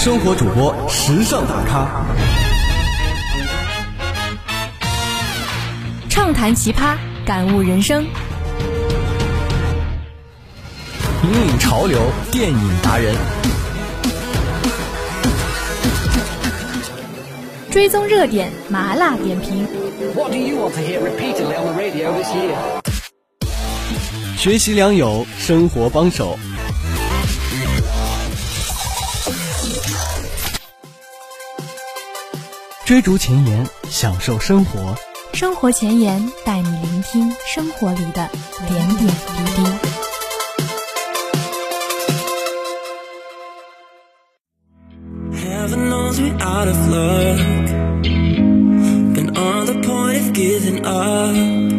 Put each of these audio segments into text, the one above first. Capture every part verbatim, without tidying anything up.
生活主播时尚大咖， 畅谈奇葩，感悟人生， 引领潮流，电影达人， 追踪热点，麻辣点评。 What do you want to hear repeatedly on the radio this year? 学习良友，生活帮手。追逐前沿，享受生活。 生活前沿带你聆听生活里的点点滴滴。 Heaven knows we're out of luck. Been on the point of giving up.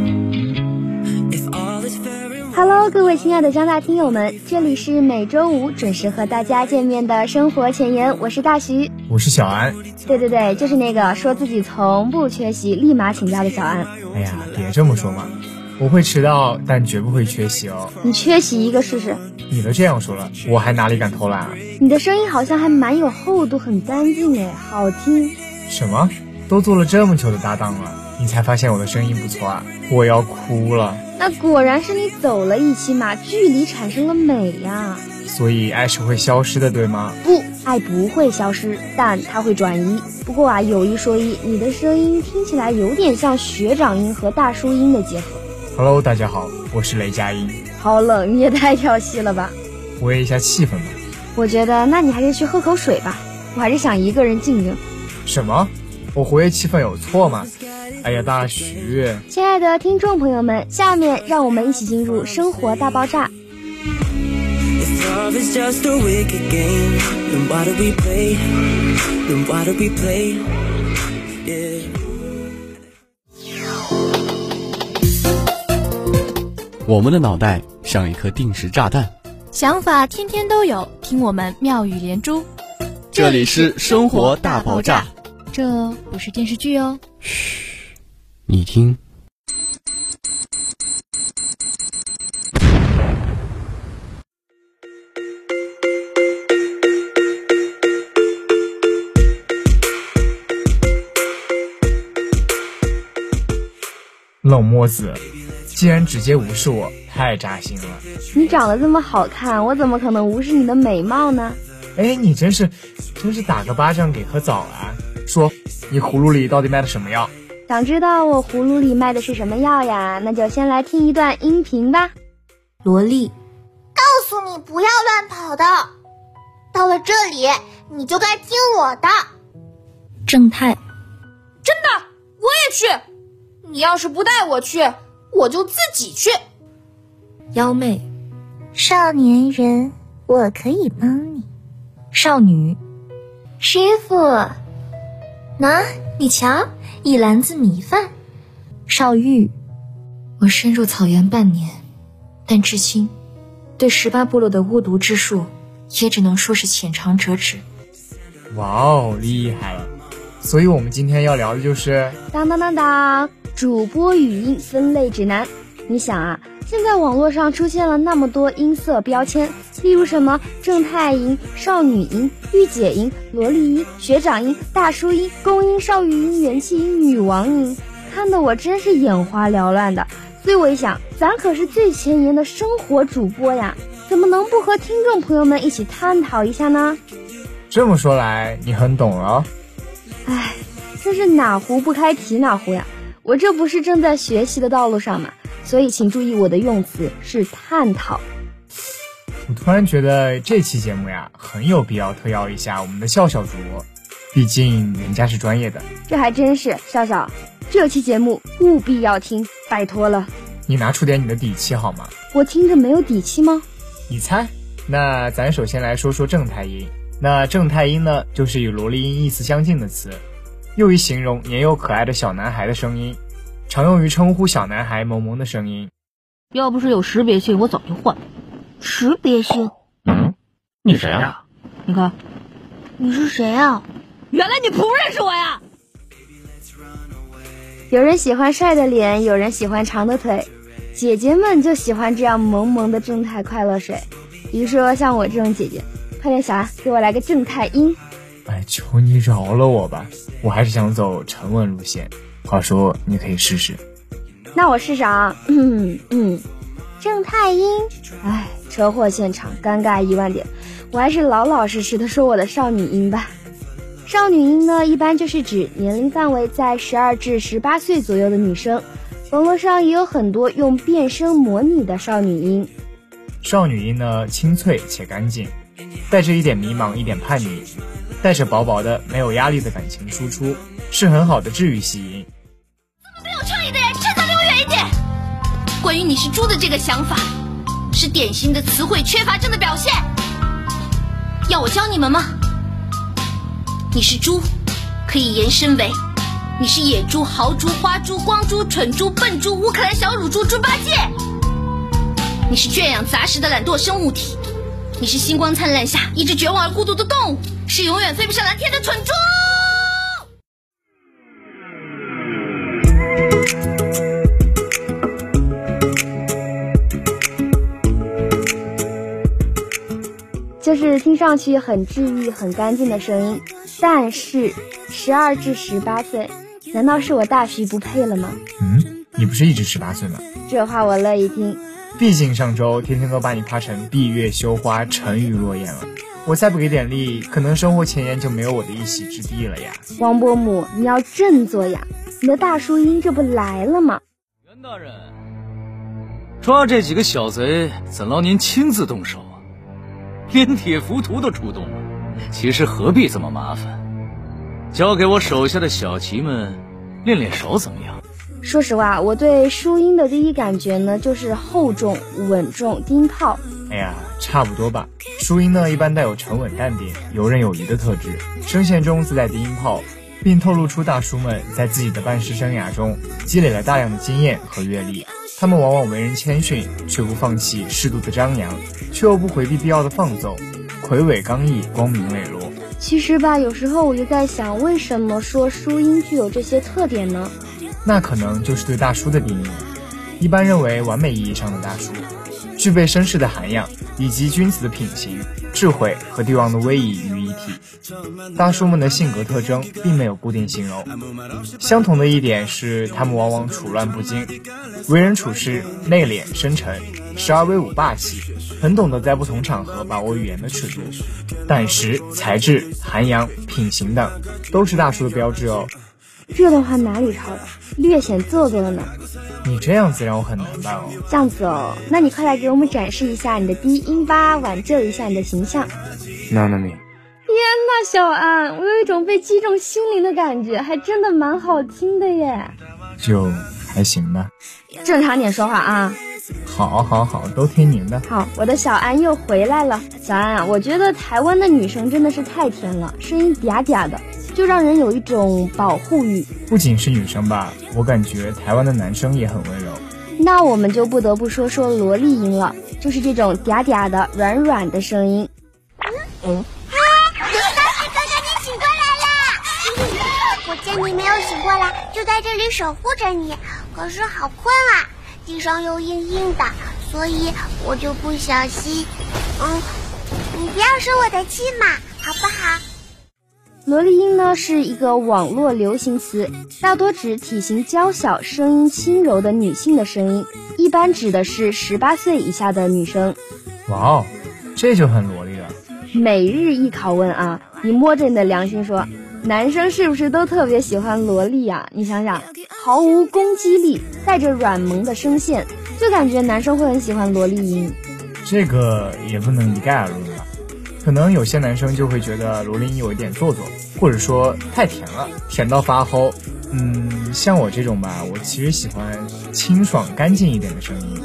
If all is fair and Hello， 各位亲爱的张大听友们，这里是每周五准时和大家见面的生活前沿，我是大徐， 我是小安。 对对对，就是那个说自己从不缺席立马请假的小安。 哎呀，别这么说嘛，我会迟到，但绝不会缺席哦。 你缺席一个试试？ 你都这样说了，我还哪里敢偷懒啊？ 你的声音好像还蛮有厚度，很干净哎，好听。 什么？都做了这么久的搭档了，你才发现我的声音不错啊？我要哭了。 那果然是你走了一期嘛，距离产生了美呀。 所以爱是会消失的，对吗？ 不，爱不会消失，但它会转移。不过啊，有一说一，你的声音听起来有点像学长音和大叔音的结合。 Hello， 大家好，我是雷佳音。 好冷，你也太调戏了吧！ 活跃一下气氛吧。 我觉得，那你还是去喝口水吧。我还是想一个人静静。 什么？我活跃气氛有错吗？哎呀，大徐！ 亲爱的听众朋友们，下面让我们一起进入生活大爆炸。 love is just a wicked game, then why do we play? Then why do we play? Yeah. 我们的脑袋像一颗定时炸弹， 想法天天都有，听我们妙语连珠。 这里是生活大爆炸， 这不是电视剧哦。 嘘，你听。 冷漠子，竟然直接无视我，太扎心了。 你长得这么好看，我怎么可能无视你的美貌呢？ 哎，你真是真是打个巴掌给颗枣啊！说，你葫芦里到底卖的什么药？ 想知道我葫芦里卖的是什么药呀？那就先来听一段音频吧。 萝莉， 告诉你不要乱跑的，到了这里你就该听我的。 正太， 真的，我也去。你要是不带我去，我就自己去。 妖媚， 少年人，我可以帮你。 少女， 师傅，喏，你瞧，一篮子米饭。 少玉，我深入草原半年，但至今对十八部落的巫毒之术也只能说是浅尝辄止。 哇哦，厉害了！所以我们今天要聊的就是当当当当主播语音分类指南。你想啊，现在网络上出现了那么多音色标签，例如什么正太音、少女音、御姐音、萝莉音、学长音、大叔音、公音、少女音、元气音、女王音，看得我真是眼花缭乱的。所以我一想，咱可是最前沿的生活主播呀，怎么能不和听众朋友们一起探讨一下呢？ 这么说来，你很懂了。 唉，真是哪壶不开提哪壶呀！我这不是正在学习的道路上嘛，所以请注意我的用词是探讨。 我突然觉得这期节目呀，很有必要特邀一下我们的笑笑主播，毕竟人家是专业的。 这还真是，笑笑，这期节目务必要听，拜托了。 你拿出点你的底气好吗？ 我听着没有底气吗？ 你猜？那咱首先来说说正太音。那正太音呢，就是与萝莉音意思相近的词，用于形容年幼可爱的小男孩的声音，常用于称呼小男孩萌萌的声音。 要不是有识别性，我早就换。 识别性？ 嗯，你谁啊？你看， 你是谁啊？ 原来你不认识我呀！ 有人喜欢帅的脸，有人喜欢长的腿，姐姐们就喜欢这样萌萌的正太快乐水。比如说像我这种姐姐，快点小安，给我来个正太音。 哎，求你饶了我吧，我还是想走沉稳路线。话说你可以试试。 那我试试啊。嗯嗯，郑太英，哎，车祸现场尴尬一万点，我还是老老实实的说我的少女音吧。少女音呢，一般就是指年龄范围在十二至十八岁左右的女生，网络上也有很多用变声模拟的少女音。 少女音呢，清脆且干净，带着一点迷茫，一点叛逆，带着薄薄的没有压力的感情输出，是很好的治愈系音。 这么没有创意的人，趁早离我远一点！关于你是猪的这个想法，是典型的词汇缺乏症的表现。要我教你们吗？你是猪，可以延伸为你是野猪、豪猪、花猪、光猪、蠢猪、笨猪、乌克兰小乳猪、猪八戒。你是圈养杂食的懒惰生物体，你是星光灿烂下一只绝望而孤独的动物，是永远飞不上蓝天的蠢猪。 就是听上去很治愈很干净的声音，但是十二至十八岁，难道是我大徐不配了吗？ 嗯，你不是一直十八岁吗？ 这话我乐意听， 毕竟上周天天都把你夸成闭月羞花沉鱼落雁了，我再不给点力，可能生活前沿就没有我的一席之地了呀。 王伯母，你要振作呀，你的大叔音这不来了吗？ 袁大人，抓这几个小贼怎劳您亲自动手啊？连铁浮屠都出动了，其实何必这么麻烦？交给我手下的小旗们练练手怎么样？ 说实话，我对书音的第一感觉呢，就是厚重、稳重、低音炮。 哎呀，差不多吧。书音呢，一般带有沉稳淡定、游刃有余的特质，声线中自带低音炮，并透露出大叔们在自己的办事生涯中积累了大量的经验和阅历。他们往往为人谦逊，却不放弃适度的张扬，却又不回避必要的放纵，魁伟刚毅，光明磊落。 其实吧，有时候我就在想，为什么说书音具有这些特点呢？ 那可能就是对大叔的定义。一般认为，完美意义上的大叔具备绅士的涵养，以及君子的品行、智慧和帝王的威仪于一体。大叔们的性格特征并没有固定形容，相同的一点是，他们往往处乱不惊，为人处事内敛深沉，时而威武霸气，很懂得在不同场合把握语言的尺度。胆识、才智、涵养、品行等都是大叔的标志哦。 这段话哪里抄的？略显做作了呢。 你这样子让我很难办哦。 这样子哦，那你快来给我们展示一下你的低音吧，挽救一下你的形象。 那那你。 天呐，小安，我有一种被击中心灵的感觉，还真的蛮好听的耶。 就还行吧。 正常点说话啊。 好好好，都听您的。 好，我的小安又回来了。小安啊，我觉得台湾的女生真的是太甜了，声音嗲嗲的，就让人有一种保护欲。 不仅是女生吧，我感觉台湾的男生也很温柔。 那我们就不得不说说萝莉音了，就是这种嗲嗲的、软软的声音。 嗯啊，大师哥哥，你醒过来啦！我见你没有醒过来，就在这里守护着你，可是好困啊，地上又硬硬的，所以我就不小心……嗯，你不要生我的气嘛，好不好？ 萝莉音呢是一个网络流行词，大多指体型娇小、声音轻柔的女性的声音，一般指的是十八岁以下的女生。 哇哦，这就很萝莉了。 每日一拷问啊，你摸着你的良心说，男生是不是都特别喜欢萝莉啊？你想想，毫无攻击力，带着软萌的声线，就感觉男生会很喜欢萝莉音。 这个也不能一概而论吧。可能有些男生就会觉得萝莉音有一点做作，或者说太甜了，甜到发齁。嗯，像我这种吧，我其实喜欢清爽干净一点的声音。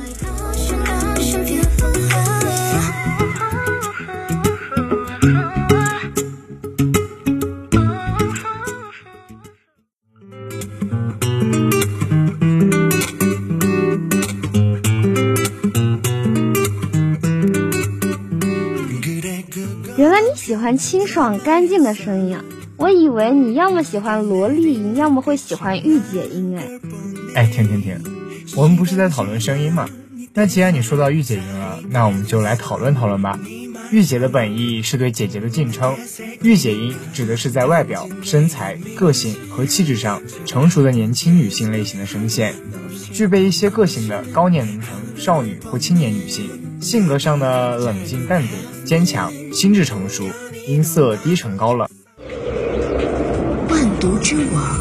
原来你喜欢清爽干净的声音啊！我以为你要么喜欢萝莉音，要么会喜欢御姐音哎。 哎，停停停，我们不是在讨论声音吗？那既然你说到御姐音了，那我们就来讨论讨论吧。 御姐的本意是对姐姐的敬称，御姐音指的是在外表、身材、个性和气质上成熟的年轻女性类型的声线，具备一些个性的高年龄层少女或青年女性，性格上的冷静淡定、坚强、心智成熟，音色低沉高冷。 万毒之王，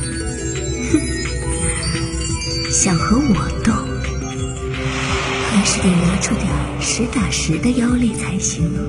想和我斗，还是得拿出点实打实的妖力才行呢。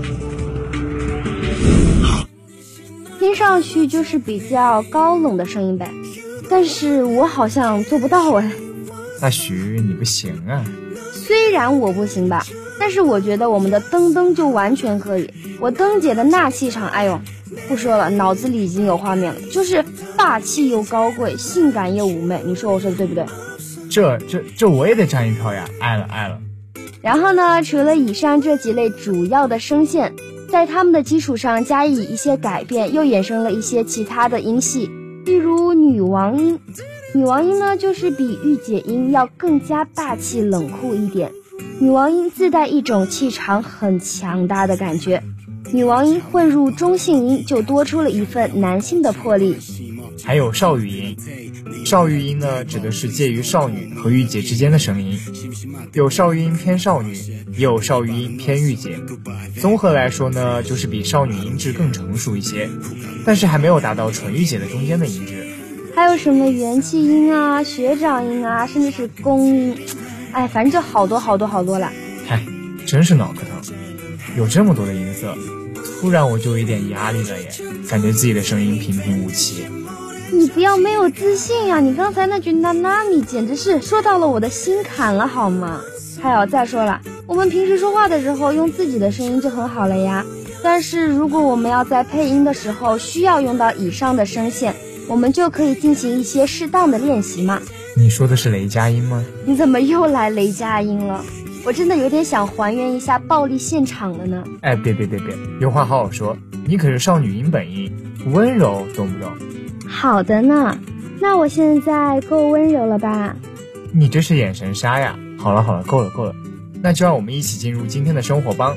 听上去就是比较高冷的声音呗，但是我好像做不到哎。 大徐，你不行啊。 虽然我不行吧，但是我觉得我们的登登就完全可以。我登姐的那气场，哎呦，不说了，脑子里已经有画面了，就是霸气又高贵，性感又妩媚，你说我说的对不对？ 这这这我也得站一票呀，爱了爱了。 然后呢，除了以上这几类主要的声线，在它们的基础上加以一些改变，又衍生了一些其他的音系，例如女王音。女王音呢，就是比御姐音要更加霸气冷酷一点。女王音自带一种气场很强大的感觉，女王音混入中性音，就多出了一份男性的魄力。 还有少女音，少女音呢，指的是介于少女和御姐之间的声音，有少女音偏少女，也有少女音偏御姐。综合来说呢，就是比少女音质更成熟一些，但是还没有达到纯御姐的中间的音质。 还有什么元气音啊、学长音啊，甚至是宫音，哎，反正就好多好多好多了。 嗨，真是脑壳疼，有这么多的音色，突然我就有一点压力了耶，感觉自己的声音平平无奇。 你不要没有自信呀、啊！你刚才那句娜娜米简直是说到了我的心坎了，好吗？还有再说了，我们平时说话的时候用自己的声音就很好了呀。但是如果我们要在配音的时候需要用到以上的声线，我们就可以进行一些适当的练习嘛。 你说的是雷佳音吗？ 你怎么又来雷佳音了？我真的有点想还原一下暴力现场了呢。 哎，别别别别，有话好好说，你可是少女音本音，温柔懂不懂？ 好的呢，那我现在够温柔了吧？ 你这是眼神杀呀！好了好了，够了够了，那就让我们一起进入今天的生活帮。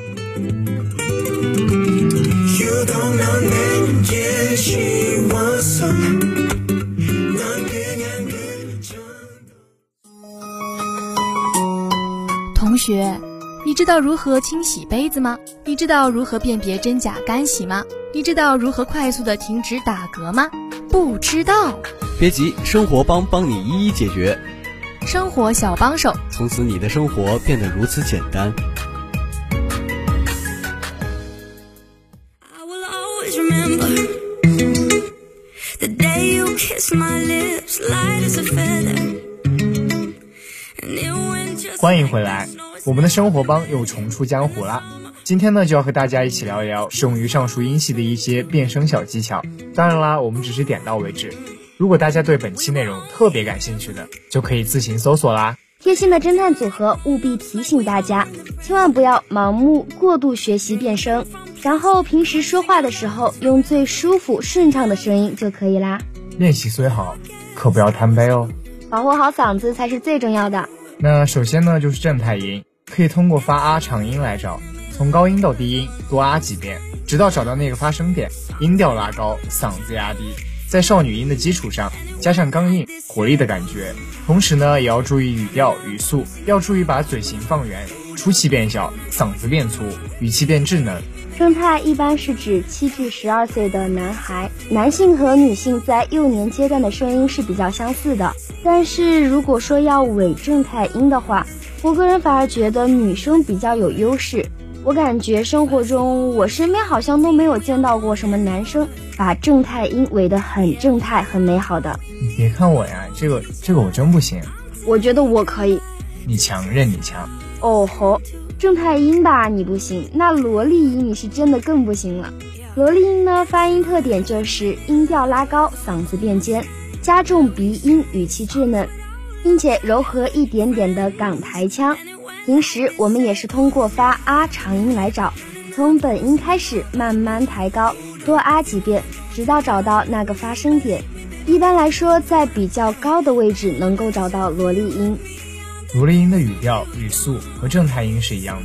同学，你知道如何清洗杯子吗？你知道如何辨别真假干洗吗？你知道如何快速的停止打嗝吗？不知道？ 别急，生活帮帮你一一解决。 生活小帮手， 从此你的生活变得如此简单。 欢迎回来，我们的生活帮又重出江湖了。今天呢，就要和大家一起聊一聊适用于上述音系的一些变声小技巧。当然啦，我们只是点到为止。如果大家对本期内容特别感兴趣的，就可以自行搜索啦。 贴心的侦探组合务必提醒大家，千万不要盲目过度学习变声，然后平时说话的时候用最舒服顺畅的声音就可以啦。 练习虽好，可不要贪杯哦。 保护好嗓子才是最重要的。 那首先呢，就是正太音，可以通过发啊长音来找，从高音到低音多啊几遍，直到找到那个发声点，音调拉高，嗓子压低，在少女音的基础上加上刚硬活力的感觉。同时呢，也要注意语调语速，要注意把嘴型放圆，出气变小，嗓子变粗，语气变稚嫩。 正太一般是指七至十二岁的男孩，男性和女性在幼年阶段的声音是比较相似的。但是如果说要伪正太音的话，我个人反而觉得女生比较有优势。我感觉生活中我身边好像都没有见到过什么男生把正太音伪得很正太很美好的。 你别看我呀，这个这个我真不行。 我觉得我可以。 你强任你强。 哦吼，正太音吧你不行，那萝莉音你是真的更不行了。萝莉音呢，发音特点就是音调拉高，嗓子变尖，加重鼻音，语气稚嫩，并且柔和一点点的港台腔。平时我们也是通过发啊长音来找，从本音开始慢慢抬高，多啊几遍，直到找到那个发声点。一般来说，在比较高的位置能够找到萝莉音。 萝莉音的语调语速和正太音是一样的，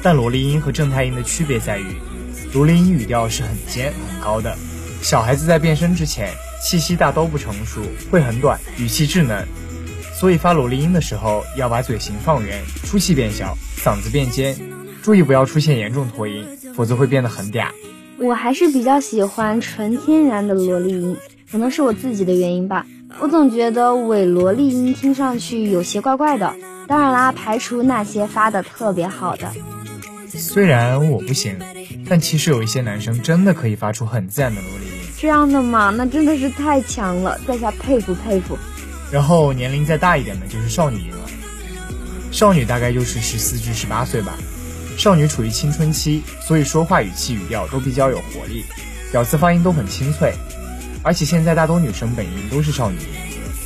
但萝莉音和正太音的区别在于，萝莉音语调是很尖很高的，小孩子在变声之前气息大都不成熟，会很短，语气稚嫩，所以发萝莉音的时候要把嘴型放圆，出气变小，嗓子变尖，注意不要出现严重脱音，否则会变得很嗲。 我还是比较喜欢纯天然的萝莉音，可能是我自己的原因吧，我总觉得伪萝莉音听上去有些怪怪的，当然啦，排除那些发的特别好的。 虽然我不行，但其实有一些男生真的可以发出很自然的萝莉音。 这样的吗？那真的是太强了，在下佩服佩服。 然后年龄再大一点的就是少女音了，少女大概就是十四至十八岁吧。少女处于青春期，所以说话语气语调都比较有活力，咬字发音都很清脆，而且现在大多女生本音都是少女音。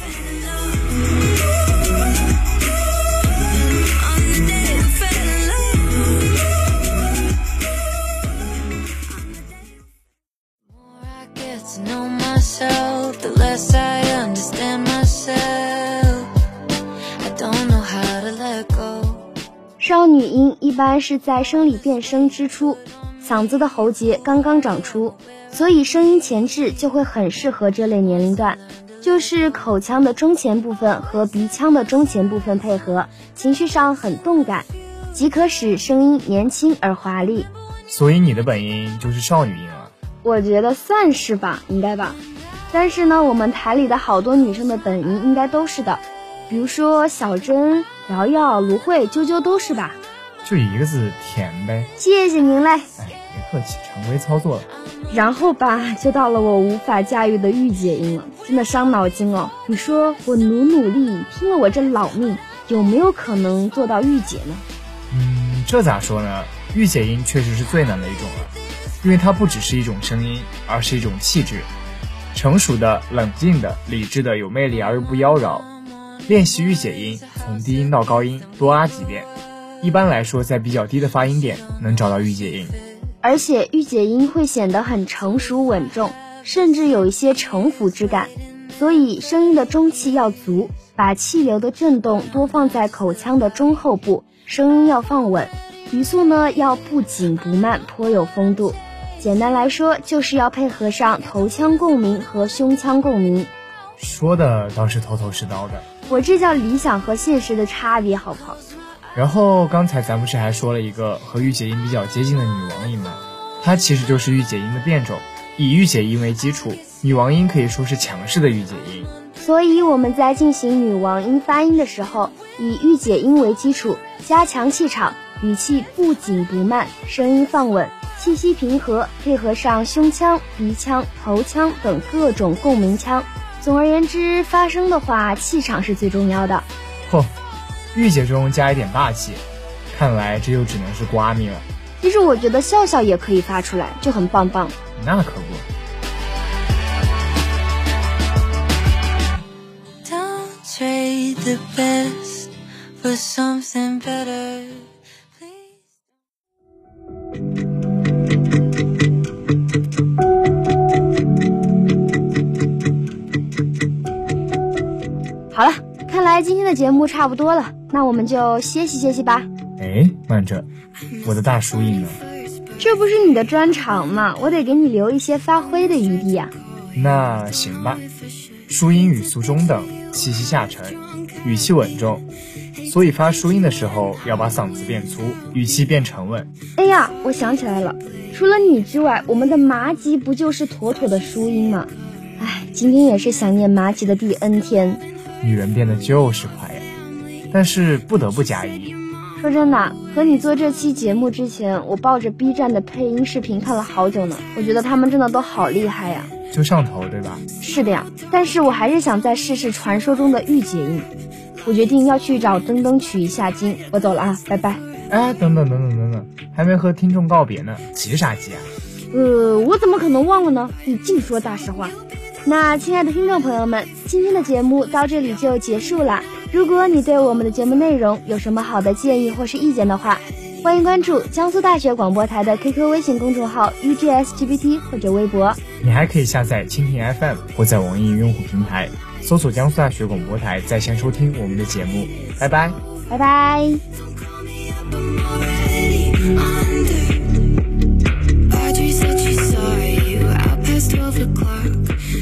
少女音一般是在生理变声之初，嗓子的喉结刚刚长出，所以声音前置就会很适合这类年龄段，就是口腔的中前部分和鼻腔的中前部分配合，情绪上很动感，即可使声音年轻而华丽。 所以你的本音就是少女音了？ 我觉得算是吧，应该吧。但是呢，我们台里的好多女生的本音应该都是的，比如说小珍、瑶瑶、芦荟、啾啾都是吧？ 就一个字，甜呗。 谢谢您嘞。 哎，别客气，常规操作了。 然后吧，就到了我无法驾驭的御姐音了，真的伤脑筋哦。你说我努努力，拼了我这老命，有没有可能做到御姐呢？ 嗯，这咋说呢？御姐音确实是最难的一种了，因为它不只是一种声音，而是一种气质。成熟的、冷静的、理智的、有魅力而又不妖娆。练习御姐音，从低音到高音多拉几遍，一般来说在比较低的发音点能找到御姐音。 而且御姐音会显得很成熟稳重，甚至有一些城府之感，所以声音的中气要足，把气流的震动多放在口腔的中后部，声音要放稳，语速呢要不紧不慢，颇有风度。简单来说，就是要配合上头腔共鸣和胸腔共鸣。 说的倒是头头是道的， 我这叫理想和现实的差别，好不好？ 然后刚才咱不是还说了一个和御姐音比较接近的女王音吗？它其实就是御姐音的变种，以御姐音为基础，女王音可以说是强势的御姐音。 所以我们在进行女王音发音的时候，以御姐音为基础，加强气场，语气不紧不慢，声音放稳，气息平和，配合上胸腔、鼻腔、头腔等各种共鸣腔。总而言之，发声的话，气场是最重要的。 嚯，御姐中加一点霸气，看来这就只能是瓜蜜了。 其实我觉得笑笑也可以发出来，就很棒棒。 那可不。 Don't trade the best for something better. Please. 好了，看来今天的节目差不多了，那我们就歇息歇息吧。 哎，慢着，我的大叔音呢？ 这不是你的专场吗？我得给你留一些发挥的余地啊。 那行吧，舒音语速中等，气息下沉，语气稳重，所以发舒音的时候要把嗓子变粗，语气变沉稳。 哎呀，我想起来了，除了你之外，我们的麻吉不就是妥妥的舒音吗？哎，今天也是想念麻吉的第 N 天。 女人变得就是快呀，但是不得不加一。 说真的，和你做这期节目之前，我抱着 B 站的配音视频看了好久呢，我觉得他们真的都好厉害呀。 就上头对吧？ 是的呀，但是我还是想再试试传说中的御姐音。我决定要去找登登取一下经，我走了啊，拜拜。 哎，等等等等等等，还没和听众告别呢，急啥急啊？ 呃，我怎么可能忘了呢？你净说大实话。那亲爱的听众朋友们，今天的节目到这里就结束了。如果你对我们的节目内容有什么好的建议或是意见的话，欢迎关注江苏大学广播台的 Q Q 微信公众号 U G S G P T 或者微博。 你还可以下载蜻蜓 F M 或在网易云用户平台搜索江苏大学广播台在线收听我们的节目。拜拜， 拜拜。 me under. Audrey said she saw you out past twelve o'clock.